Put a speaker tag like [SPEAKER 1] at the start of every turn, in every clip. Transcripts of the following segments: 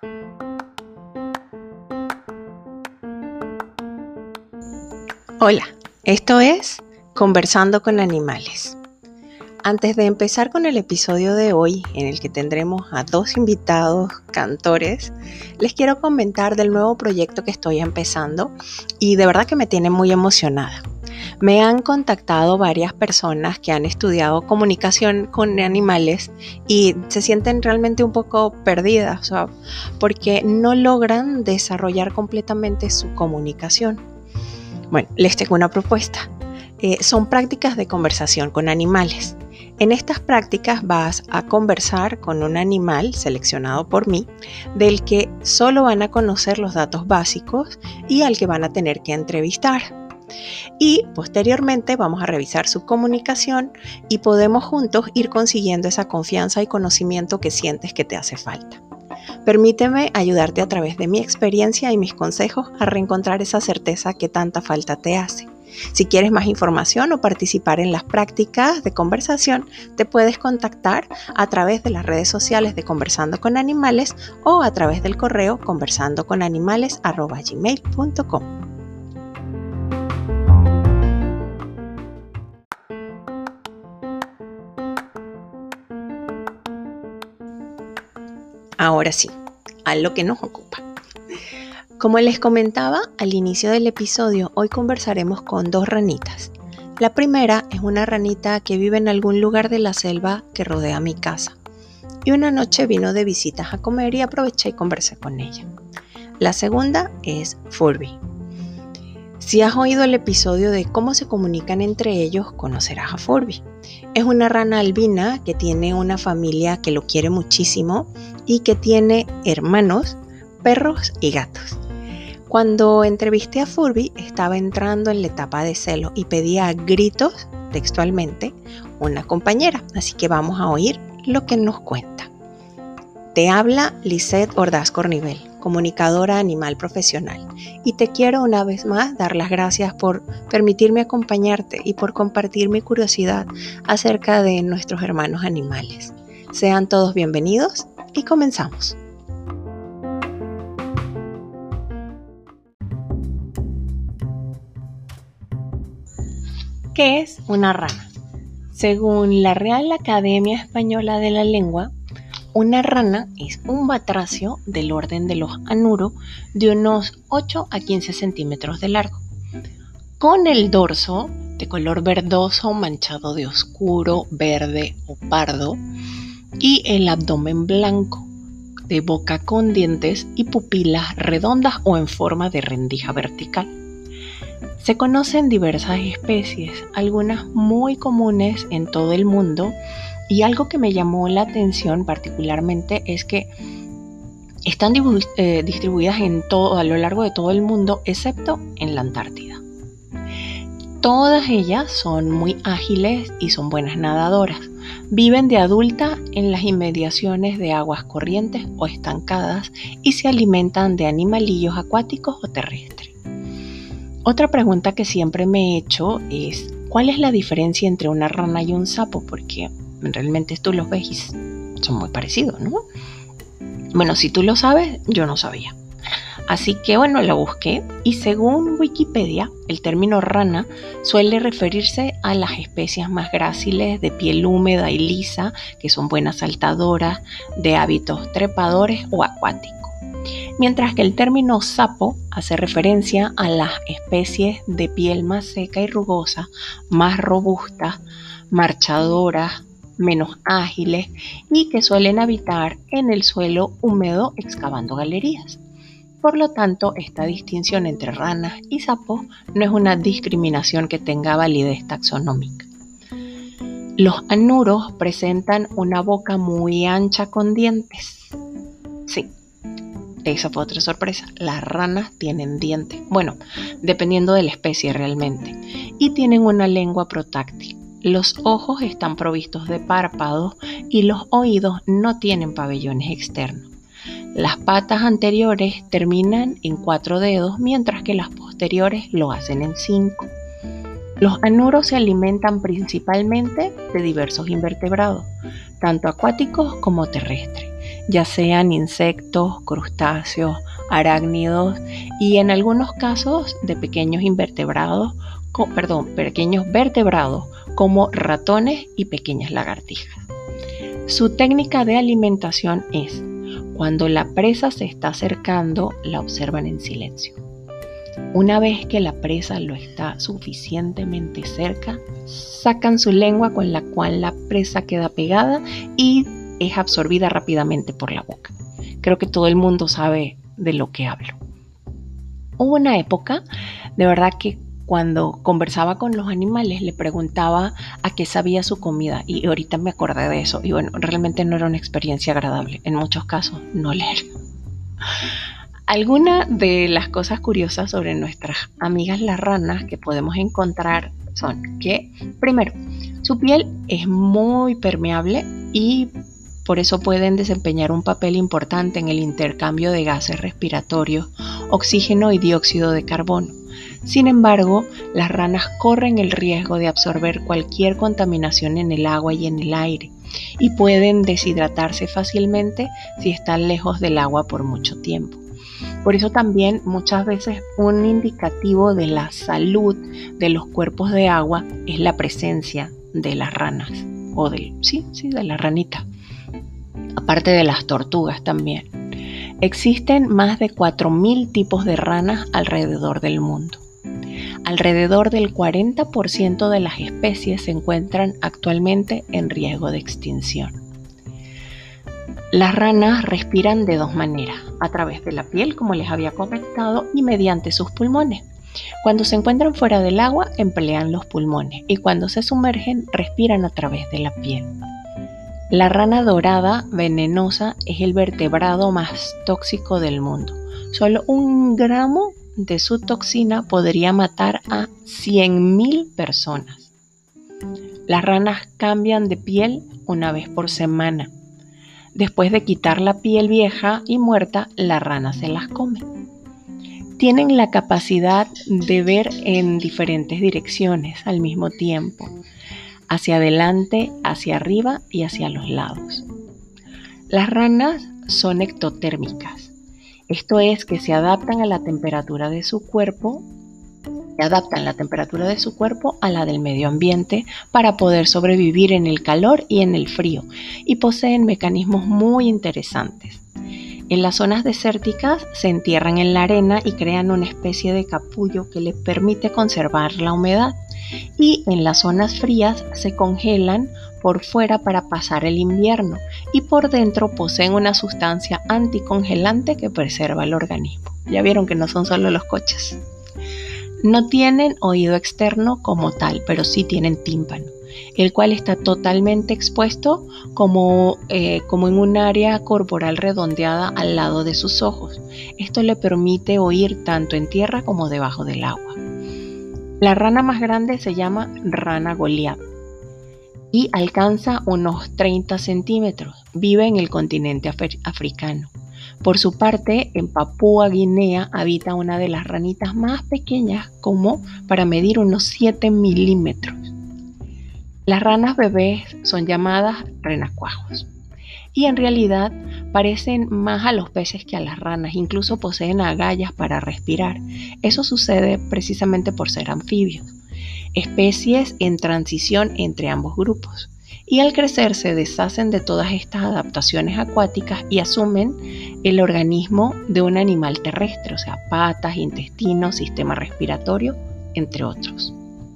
[SPEAKER 1] Hola, esto es Conversando con Animales. Antes de empezar con el episodio de hoy, en el que tendremos a 2 invitados cantores, les quiero comentar del nuevo proyecto que estoy empezando y de verdad que me tiene muy emocionada. Me han contactado varias personas que han estudiado comunicación con animales y se sienten realmente un poco perdidas, porque no logran desarrollar completamente su comunicación. Bueno, les tengo una propuesta. Son prácticas de conversación con animales. En estas prácticas vas a conversar con un animal seleccionado por mí, del que solo van a conocer los datos básicos y al que van a tener que entrevistar. Y posteriormente vamos a revisar su comunicación y podemos juntos ir consiguiendo esa confianza y conocimiento que sientes que te hace falta. Permíteme ayudarte a través de mi experiencia y mis consejos a reencontrar esa certeza que tanta falta te hace. Si quieres más información o participar en las prácticas de conversación, te puedes contactar a través de las redes sociales de Conversando con Animales o a través del correo conversandoconanimales@gmail.com. Ahora sí, a lo que nos ocupa. Como les comentaba al inicio del episodio, hoy conversaremos con 2 ranitas. La primera es una ranita que vive en algún lugar de la selva que rodea mi casa. Y una noche vino de visitas a comer y aproveché y conversé con ella. La segunda es Furby. Si has oído el episodio de cómo se comunican entre ellos, conocerás a Furby. Es una rana albina que tiene una familia que lo quiere muchísimo y que tiene hermanos, perros y gatos. Cuando entrevisté a Furby, estaba entrando en la etapa de celo y pedía a gritos, textualmente, una compañera. Así que vamos a oír lo que nos cuenta. Te habla Lisette Ordaz Cornivel, comunicadora animal profesional. Y te quiero una vez más dar las gracias por permitirme acompañarte y por compartir mi curiosidad acerca de nuestros hermanos animales. Sean todos bienvenidos y comenzamos. ¿Qué es una rana? Según la Real Academia Española de la Lengua, una rana es un batracio del orden de los anuro de unos 8 a 15 centímetros de largo, con el dorso de color verdoso manchado de oscuro, verde o pardo y el abdomen blanco, de boca con dientes y pupilas redondas o en forma de rendija vertical. Se conocen diversas especies, algunas muy comunes en todo el mundo, y algo que me llamó la atención particularmente es que están distribuidas a lo largo de todo el mundo, excepto en la Antártida. Todas ellas son muy ágiles y son buenas nadadoras. Viven de adulta en las inmediaciones de aguas corrientes o estancadas y se alimentan de animalillos acuáticos o terrestres. Otra pregunta que siempre me he hecho es ¿cuál es la diferencia entre una rana y un sapo? Porque realmente tú los ves y son muy parecidos, ¿no? Bueno, si tú lo sabes, yo no sabía. Así que lo busqué y según Wikipedia, el término rana suele referirse a las especies más gráciles de piel húmeda y lisa, que son buenas saltadoras, de hábitos trepadores o acuáticos. Mientras que el término sapo hace referencia a las especies de piel más seca y rugosa, más robustas, marchadoras, menos ágiles y que suelen habitar en el suelo húmedo excavando galerías. Por lo tanto, esta distinción entre ranas y sapos no es una discriminación que tenga validez taxonómica. Los anuros presentan una boca muy ancha con dientes. Sí. Esa fue otra sorpresa. Las ranas tienen dientes. Dependiendo de la especie realmente. Y tienen una lengua protráctil. Los ojos están provistos de párpados y los oídos no tienen pabellones externos. Las patas anteriores terminan en 4 dedos, mientras que las posteriores lo hacen en 5. Los anuros se alimentan principalmente de diversos invertebrados, tanto acuáticos como terrestres. ya sean insectos, crustáceos, arácnidos y en algunos casos de pequeños pequeños vertebrados como ratones y pequeñas lagartijas. Su técnica de alimentación es: cuando la presa se está acercando, la observan en silencio. Una vez que la presa lo está suficientemente cerca, sacan su lengua con la cual la presa queda pegada y es absorbida rápidamente por la boca. Creo que todo el mundo sabe de lo que hablo. Hubo una época, de verdad, que cuando conversaba con los animales le preguntaba a qué sabía su comida y ahorita me acordé de eso y bueno, realmente no era una experiencia agradable, en muchos casos no leer. Algunas de las cosas curiosas sobre nuestras amigas las ranas que podemos encontrar son que, primero, su piel es muy permeable y por eso pueden desempeñar un papel importante en el intercambio de gases respiratorios, oxígeno y dióxido de carbono. Sin embargo, las ranas corren el riesgo de absorber cualquier contaminación en el agua y en el aire y pueden deshidratarse fácilmente si están lejos del agua por mucho tiempo. Por eso también muchas veces un indicativo de la salud de los cuerpos de agua es la presencia de las ranas o de la ranita, aparte de las tortugas también. Existen más de 4.000 tipos de ranas alrededor del mundo. Alrededor del 40% de las especies se encuentran actualmente en riesgo de extinción. Las ranas respiran de dos maneras: a través de la piel, como les había comentado, y mediante sus pulmones. Cuando se encuentran fuera del agua, emplean los pulmones y cuando se sumergen, respiran a través de la piel. La rana dorada venenosa es el vertebrado más tóxico del mundo. Solo 1 gramo de su toxina podría matar a 100.000 personas. Las ranas cambian de piel una vez por semana. Después de quitar la piel vieja y muerta, la rana se las come. Tienen la capacidad de ver en diferentes direcciones al mismo tiempo: hacia adelante, hacia arriba y hacia los lados. Las ranas son ectotérmicas. Esto es que se adaptan la temperatura de su cuerpo a la del medio ambiente para poder sobrevivir en el calor y en el frío, y poseen mecanismos muy interesantes. En las zonas desérticas se entierran en la arena y crean una especie de capullo que les permite conservar la humedad, y en las zonas frías se congelan por fuera para pasar el invierno y por dentro poseen una sustancia anticongelante que preserva el organismo. Ya vieron que no son solo los coches. No tienen oído externo como tal, pero sí tienen tímpano, el cual está totalmente expuesto como en un área corporal redondeada al lado de sus ojos. Esto le permite oír tanto en tierra como debajo del agua. La rana más grande se llama rana Goliat y alcanza unos 30 centímetros. Vive en el continente africano. Por su parte, en Papúa Guinea habita una de las ranitas más pequeñas, como para medir unos 7 milímetros. Las ranas bebés son llamadas renacuajos y en realidad parecen más a los peces que a las ranas, incluso poseen agallas para respirar. Eso sucede precisamente por ser anfibios, especies en transición entre ambos grupos. Y al crecer se deshacen de todas estas adaptaciones acuáticas y asumen el organismo de un animal terrestre, o sea, patas, intestinos, sistema respiratorio, entre otros.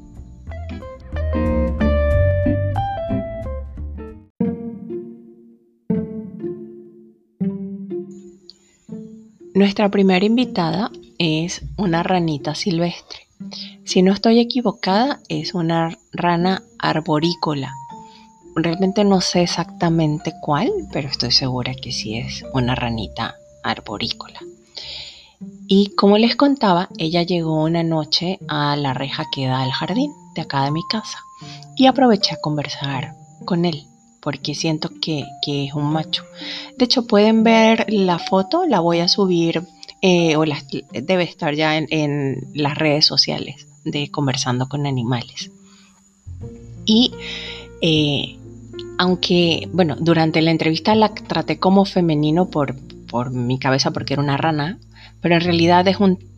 [SPEAKER 1] Nuestra primera invitada es una ranita silvestre. Si no estoy equivocada, es una rana arborícola. Realmente no sé exactamente cuál, pero estoy segura que sí es una ranita arborícola. Y como les contaba, ella llegó una noche a la reja que da al jardín de acá de mi casa y aproveché a conversar con él porque siento que es un macho. De hecho, pueden ver la foto, la voy a subir debe estar ya en las redes sociales de Conversando con Animales. Y Aunque, bueno, durante la entrevista la traté como femenino por mi cabeza porque era una rana, pero en realidad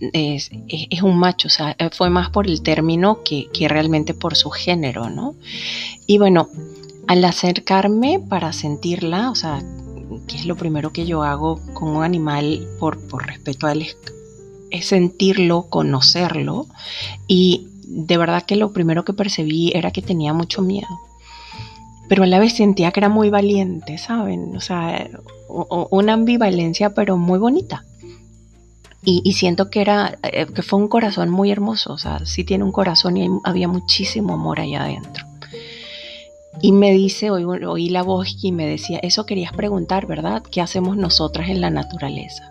[SPEAKER 1] es un macho, o sea, fue más por el término que realmente por su género, ¿no? Y bueno, al acercarme para sentirla, o sea, que es lo primero que yo hago con un animal por respeto a él, es sentirlo, conocerlo, y de verdad que lo primero que percibí era que tenía mucho miedo, pero a la vez sentía que era muy valiente, ¿saben? O sea, una ambivalencia pero muy bonita. Y siento que fue un corazón muy hermoso, o sea, sí tiene un corazón y había muchísimo amor allá adentro. Y me dice, oí la voz y me decía, eso querías preguntar, ¿verdad? ¿Qué hacemos nosotras en la naturaleza?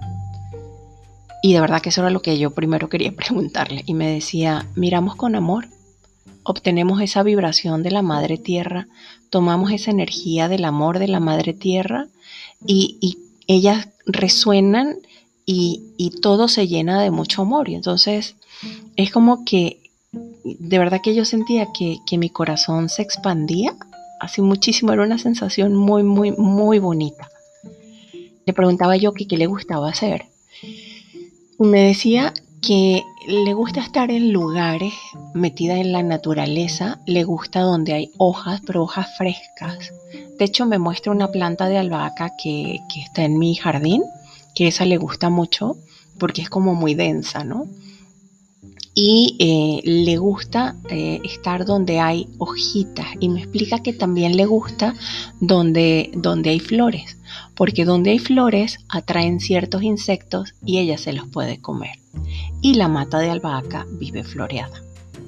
[SPEAKER 1] Y de verdad que eso era lo que yo primero quería preguntarle. Y me decía, miramos con amor, obtenemos esa vibración de la madre tierra, tomamos esa energía del amor de la madre tierra y ellas resuenan y todo se llena de mucho amor. Y entonces es como que de verdad que yo sentía que mi corazón se expandía así muchísimo, era una sensación muy, muy, muy bonita. Le preguntaba yo que qué le gustaba hacer y me decía que le gusta estar en lugares metida en la naturaleza, le gusta donde hay hojas, pero hojas frescas. De hecho, me muestra una planta de albahaca que está en mi jardín, que esa le gusta mucho porque es como muy densa, ¿no? Y le gusta estar donde hay hojitas y me explica que también le gusta donde hay flores, porque donde hay flores atraen ciertos insectos y ella se los puede comer. Y la mata de albahaca vive floreada.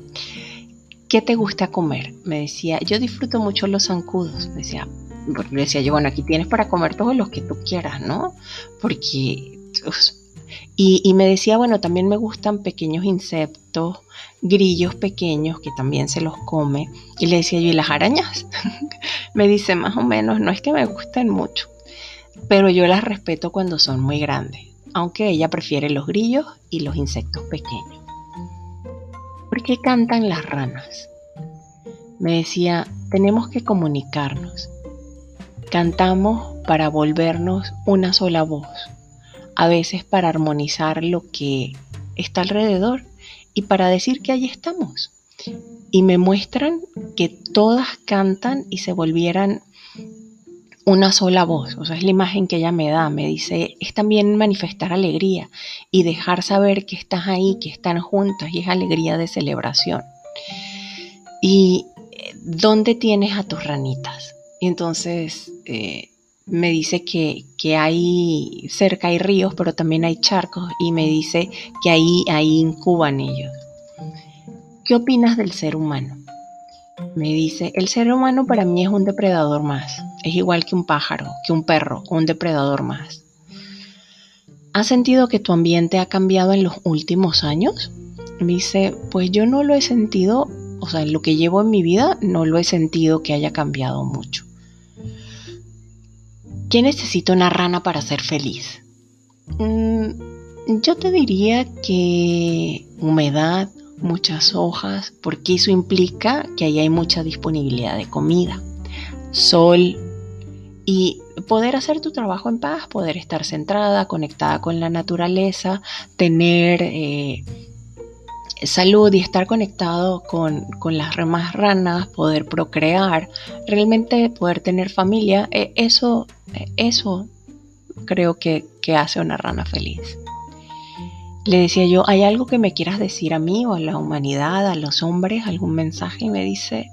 [SPEAKER 1] ¿Qué te gusta comer? Me decía, yo disfruto mucho los zancudos. Me decía yo, bueno, aquí tienes para comer todos los que tú quieras, ¿no? Porque y me decía, bueno, también me gustan pequeños insectos, grillos pequeños que también se los come. Y le decía yo, ¿y las arañas? Me dice, más o menos, no es que me gusten mucho, pero yo las respeto cuando son muy grandes, aunque ella prefiere los grillos y los insectos pequeños. ¿Por qué cantan las ranas? Me decía, tenemos que comunicarnos. Cantamos para volvernos una sola voz, a veces para armonizar lo que está alrededor y para decir que allí estamos. Y me muestran que todas cantan y se volvieran una sola voz. O sea, es la imagen que ella me da. Me dice, es también manifestar alegría y dejar saber que estás ahí, que están juntas y es alegría de celebración. ¿Y dónde tienes a tus ranitas? Y entonces me dice que cerca hay ríos, pero también hay charcos y me dice que ahí incuban ellos. ¿Qué opinas del ser humano? Me dice, el ser humano para mí es un depredador más. Es igual que un pájaro, que un perro, un depredador más. ¿Has sentido que tu ambiente ha cambiado en los últimos años? Me dice, pues yo no lo he sentido, o sea, en lo que llevo en mi vida no lo he sentido que haya cambiado mucho. ¿Qué necesita una rana para ser feliz? Yo te diría que humedad, muchas hojas, porque eso implica que ahí hay mucha disponibilidad de comida, sol y poder hacer tu trabajo en paz, poder estar centrada, conectada con la naturaleza, tener salud y estar conectado con las demás ranas, poder procrear, realmente poder tener familia, eso creo que hace una rana feliz. Le decía yo, ¿hay algo que me quieras decir a mí o a la humanidad, a los hombres, algún mensaje? Y me dice,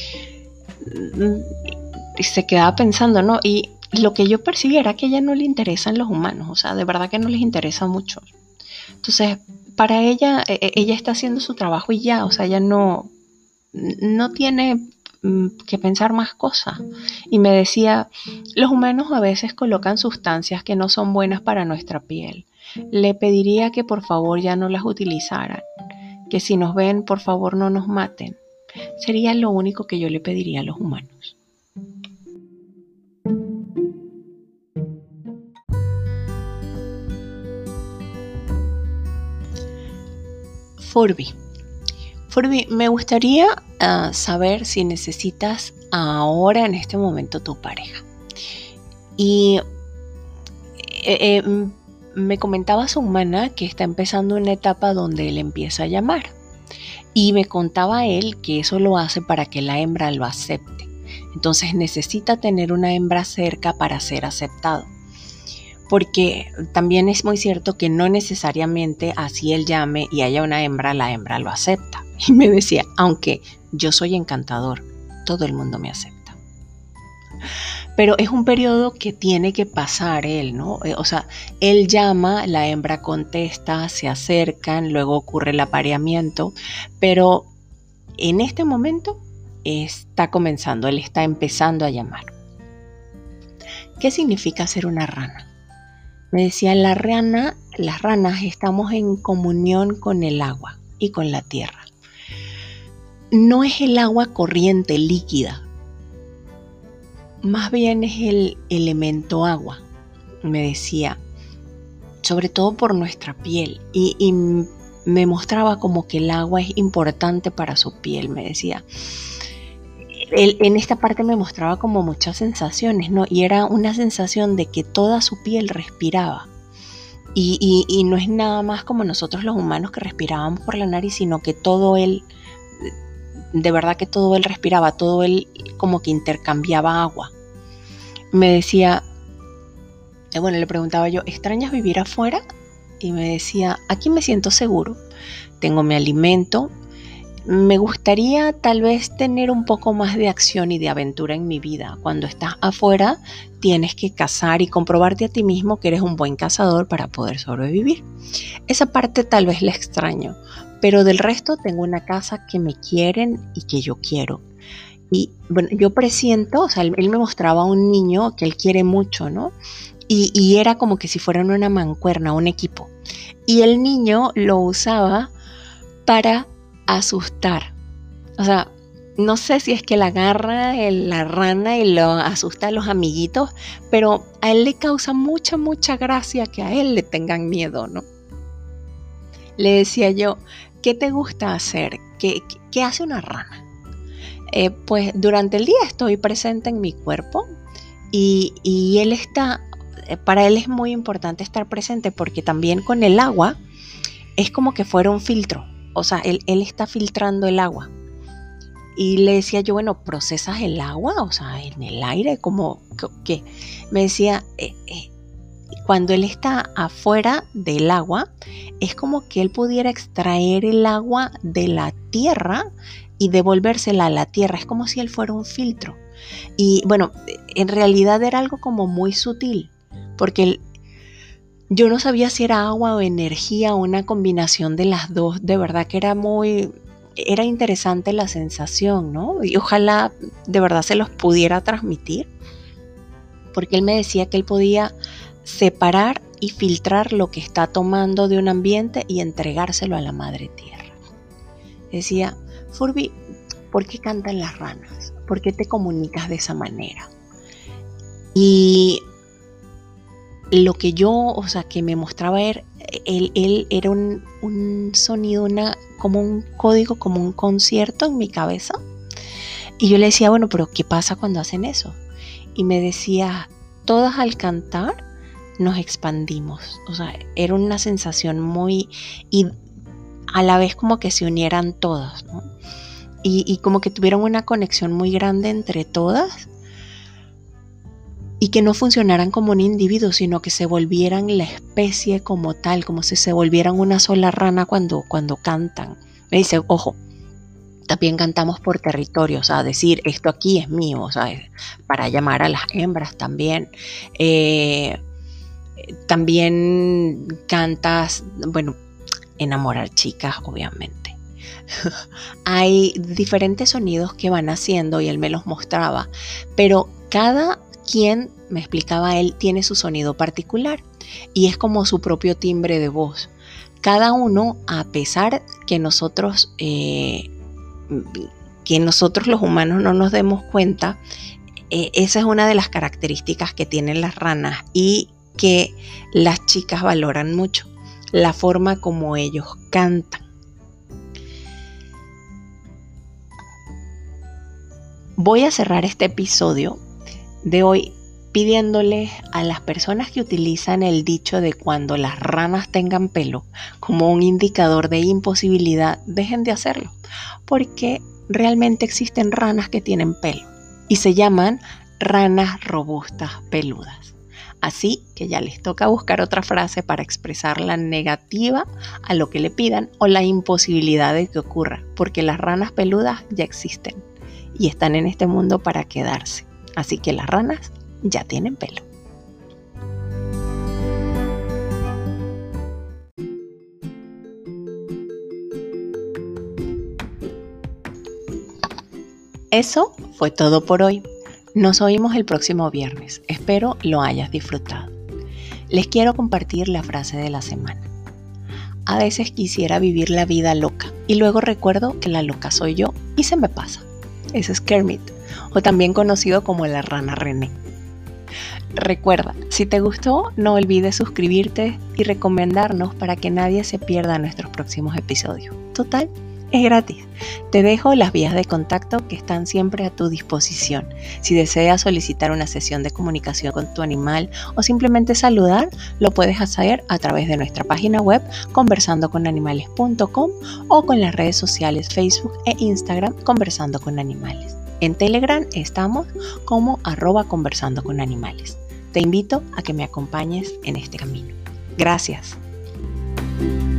[SPEAKER 1] y se quedaba pensando, ¿no? Y lo que yo percibí era que a ella no le interesan los humanos, o sea, de verdad que no les interesa mucho. Entonces, para ella, ella está haciendo su trabajo y ya, o sea, ella no tiene que pensar más cosas. Y me decía, los humanos a veces colocan sustancias que no son buenas para nuestra piel. Le pediría que por favor ya no las utilizaran, que si nos ven, por favor no nos maten. Sería lo único que yo le pediría a los humanos. Furby, me gustaría saber si necesitas ahora en este momento tu pareja. Y me comentaba su humana que está empezando una etapa donde él empieza a llamar. Y me contaba él que eso lo hace para que la hembra lo acepte. Entonces necesita tener una hembra cerca para ser aceptado. Porque también es muy cierto que no necesariamente así él llame y haya una hembra, la hembra lo acepta. Y me decía, aunque yo soy encantador, todo el mundo me acepta. Pero es un periodo que tiene que pasar él, ¿no? O sea, él llama, la hembra contesta, se acercan, luego ocurre el apareamiento, pero en este momento está comenzando, él está empezando a llamar. ¿Qué significa ser una rana? Me decía, las ranas estamos en comunión con el agua y con la tierra. No es el agua corriente, líquida, más bien es el elemento agua, me decía, sobre todo por nuestra piel. Y me mostraba como que el agua es importante para su piel, me decía. Él, en esta parte me mostraba como muchas sensaciones, ¿no? Y era una sensación de que toda su piel respiraba. Y no es nada más como nosotros los humanos que respirábamos por la nariz, sino que todo él, de verdad que todo él respiraba, todo él como que intercambiaba agua. Me decía, bueno, le preguntaba yo, ¿extrañas vivir afuera? Y me decía, aquí me siento seguro, tengo mi alimento, me gustaría tal vez tener un poco más de acción y de aventura en mi vida. Cuando estás afuera tienes que cazar y comprobarte a ti mismo que eres un buen cazador para poder sobrevivir. Esa parte tal vez la extraño, pero del resto tengo una casa que me quieren y que yo quiero. Y bueno, yo presiento, o sea, él me mostraba a un niño que él quiere mucho, ¿no? Y era como que si fueran una mancuerna, un equipo. Y el niño lo usaba para asustar. O sea, no sé si es que la agarra la rana y lo asusta a los amiguitos, pero a él le causa mucha gracia que a él le tengan miedo, ¿no? Le decía yo, ¿qué te gusta hacer? ¿Qué hace una rana? Pues durante el día estoy presente en mi cuerpo y él está, para él es muy importante estar presente porque también con el agua es como que fuera un filtro, o sea, él está filtrando el agua. Y le decía yo, bueno, ¿procesas el agua? O sea, en el aire, ¿cómo qué? Me decía, cuando él está afuera del agua, es como que él pudiera extraer el agua de la tierra y devolvérsela a la tierra. Es como si él fuera un filtro. Y bueno, en realidad era algo como muy sutil, porque yo no sabía si era agua o energía o una combinación de las dos. De verdad que era interesante la sensación, ¿no? Y ojalá de verdad se los pudiera transmitir, porque él me decía que él podía separar y filtrar lo que está tomando de un ambiente y entregárselo a la madre tierra. Decía, Furby, ¿por qué cantan las ranas? ¿Por qué te comunicas de esa manera? Y lo que yo, o sea, que me mostraba él era un sonido, como un código, como un concierto en mi cabeza. Y yo le decía, bueno, pero ¿qué pasa cuando hacen eso? Y me decía, todas al cantar nos expandimos. O sea, era una sensación muy, y a la vez como que se unieran todas, ¿no? Y como que tuvieran una conexión muy grande entre todas y que no funcionaran como un individuo, sino que se volvieran la especie como tal, como si se volvieran una sola rana cuando cantan. Me dice, ojo, también cantamos por territorio, o sea, decir esto aquí es mío, o sea, para llamar a las hembras también. También cantas, bueno, enamorar chicas, obviamente. Hay diferentes sonidos que van haciendo y él me los mostraba, pero cada quien, me explicaba él, tiene su sonido particular y es como su propio timbre de voz. Cada uno, a pesar que nosotros los humanos no nos demos cuenta, esa es una de las características que tienen las ranas y que las chicas valoran mucho, la forma como ellos cantan. Voy a cerrar este episodio de hoy pidiéndoles a las personas que utilizan el dicho de cuando las ranas tengan pelo como un indicador de imposibilidad, dejen de hacerlo, porque realmente existen ranas que tienen pelo y se llaman ranas robustas peludas. Así que ya les toca buscar otra frase para expresar la negativa a lo que le pidan o la imposibilidad de que ocurra, porque las ranas peludas ya existen y están en este mundo para quedarse. Así que las ranas ya tienen pelo. Eso fue todo por hoy. Nos oímos el próximo viernes. Espero lo hayas disfrutado. Les quiero compartir la frase de la semana. A veces quisiera vivir la vida loca y luego recuerdo que la loca soy yo y se me pasa. Ese es Kermit, o también conocido como la rana René. Recuerda, si te gustó, no olvides suscribirte y recomendarnos para que nadie se pierda nuestros próximos episodios. Total, es gratis. Te dejo las vías de contacto que están siempre a tu disposición. Si deseas solicitar una sesión de comunicación con tu animal o simplemente saludar, lo puedes hacer a través de nuestra página web conversandoconanimales.com o con las redes sociales Facebook e Instagram Conversando con Animales. En Telegram estamos como @conversandoconanimales. Te invito a que me acompañes en este camino. Gracias.